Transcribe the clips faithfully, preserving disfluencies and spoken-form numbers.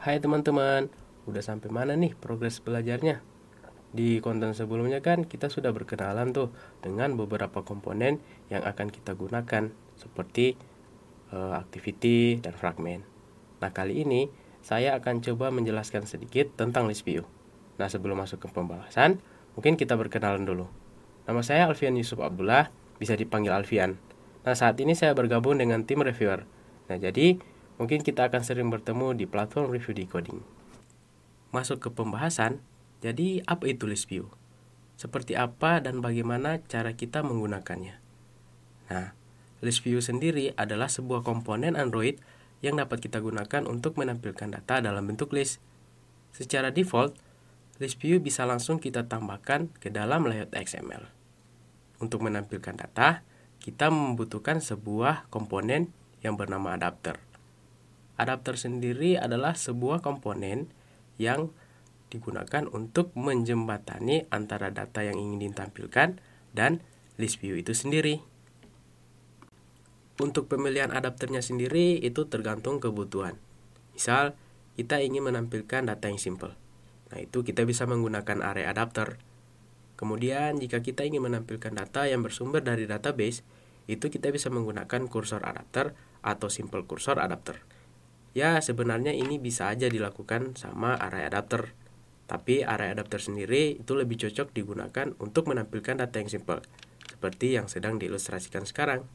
Hai teman-teman, udah sampai mana nih progres belajarnya? Di konten sebelumnya kan kita sudah berkenalan tuh dengan beberapa komponen yang akan kita gunakan seperti uh, activity dan fragment. Nah kali ini saya akan coba menjelaskan sedikit tentang list view. Nah sebelum masuk ke pembahasan, mungkin kita berkenalan dulu. Nama saya Alfian Yusuf Abdullah, bisa dipanggil Alfian. Nah saat ini saya bergabung dengan tim reviewer. Nah jadi mungkin kita akan sering bertemu di platform review decoding. Masuk ke pembahasan, jadi apa itu list view? Seperti apa dan bagaimana cara kita menggunakannya? Nah, list view sendiri adalah sebuah komponen Android yang dapat kita gunakan untuk menampilkan data dalam bentuk list. Secara default, list view bisa langsung kita tambahkan ke dalam layout X M L. Untuk menampilkan data, kita membutuhkan sebuah komponen yang bernama adapter. Adapter sendiri adalah sebuah komponen yang digunakan untuk menjembatani antara data yang ingin ditampilkan dan list view itu sendiri. Untuk pemilihan adapternya sendiri itu tergantung kebutuhan. Misal, kita ingin menampilkan data yang simple. Nah, itu kita bisa menggunakan array adapter. Kemudian, jika kita ingin menampilkan data yang bersumber dari database, itu kita bisa menggunakan cursor adapter atau simple cursor adapter. Ya, sebenarnya ini bisa aja dilakukan sama array adapter. Tapi array adapter sendiri itu lebih cocok digunakan untuk menampilkan data yang simple, seperti yang sedang diilustrasikan sekarang.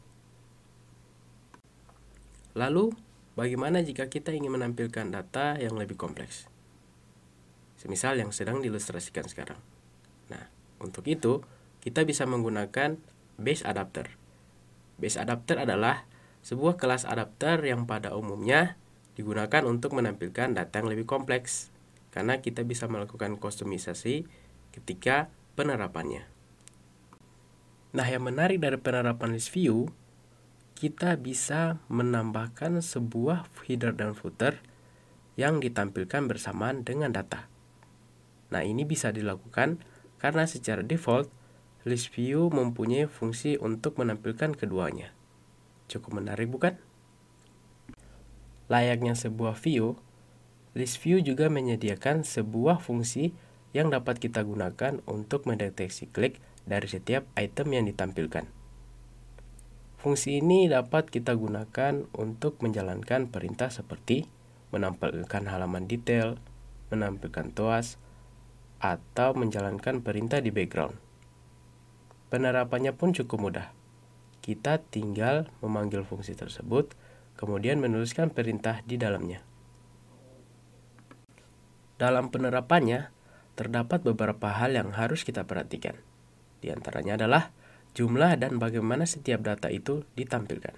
Lalu, bagaimana jika kita ingin menampilkan data yang lebih kompleks? Semisal yang sedang diilustrasikan sekarang. Nah, untuk itu, kita bisa menggunakan base adapter. Base adapter adalah sebuah kelas adapter yang pada umumnya digunakan untuk menampilkan data yang lebih kompleks, karena kita bisa melakukan kustomisasi ketika penerapannya. Nah, yang menarik dari penerapan list view, kita bisa menambahkan sebuah header dan footer yang ditampilkan bersamaan dengan data. Nah, ini bisa dilakukan karena secara default, list view mempunyai fungsi untuk menampilkan keduanya. Cukup menarik bukan? Layaknya sebuah view, list view juga menyediakan sebuah fungsi yang dapat kita gunakan untuk mendeteksi klik dari setiap item yang ditampilkan. Fungsi ini dapat kita gunakan untuk menjalankan perintah seperti menampilkan halaman detail, menampilkan toas, atau menjalankan perintah di background. Penerapannya pun cukup mudah. Kita tinggal memanggil fungsi tersebut, kemudian menuliskan perintah di dalamnya. Dalam penerapannya, terdapat beberapa hal yang harus kita perhatikan. Di antaranya adalah jumlah dan bagaimana setiap data itu ditampilkan.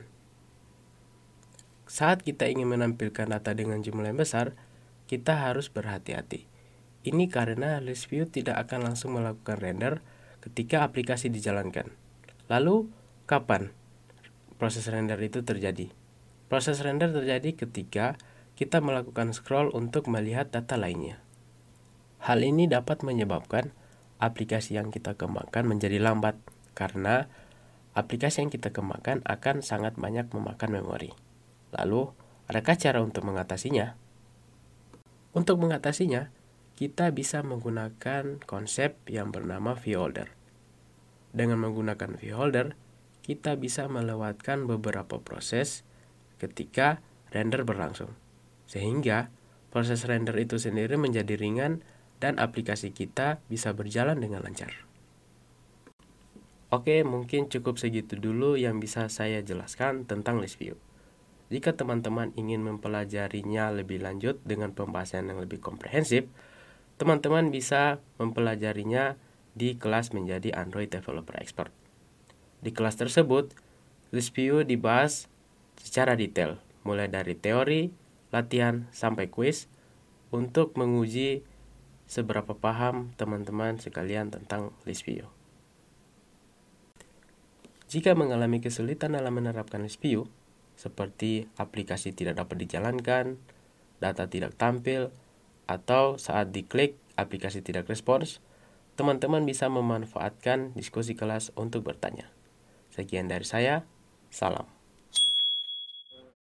Saat kita ingin menampilkan data dengan jumlah yang besar, kita harus berhati-hati. Ini karena list view tidak akan langsung melakukan render ketika aplikasi dijalankan. Lalu, kapan proses render itu terjadi? Proses render terjadi ketika kita melakukan scroll untuk melihat data lainnya. Hal ini dapat menyebabkan aplikasi yang kita kembangkan menjadi lambat karena aplikasi yang kita kembangkan akan sangat banyak memakan memori. Lalu, adakah cara untuk mengatasinya? Untuk mengatasinya, kita bisa menggunakan konsep yang bernama view holder. Dengan menggunakan view holder, kita bisa melewatkan beberapa proses ketika render berlangsung, sehingga proses render itu sendiri menjadi ringan dan aplikasi kita bisa berjalan dengan lancar. Oke, mungkin cukup segitu dulu yang bisa saya jelaskan tentang list view. Jika teman-teman ingin mempelajarinya lebih lanjut dengan pembahasan yang lebih komprehensif, teman-teman bisa mempelajarinya di kelas menjadi Android Developer Expert. Di kelas tersebut, list view dibahas secara detail, mulai dari teori, latihan, sampai kuis, untuk menguji seberapa paham teman-teman sekalian tentang list view. Jika mengalami kesulitan dalam menerapkan list view, seperti aplikasi tidak dapat dijalankan, data tidak tampil, atau saat diklik aplikasi tidak respons, teman-teman bisa memanfaatkan diskusi kelas untuk bertanya. Sekian dari saya, salam.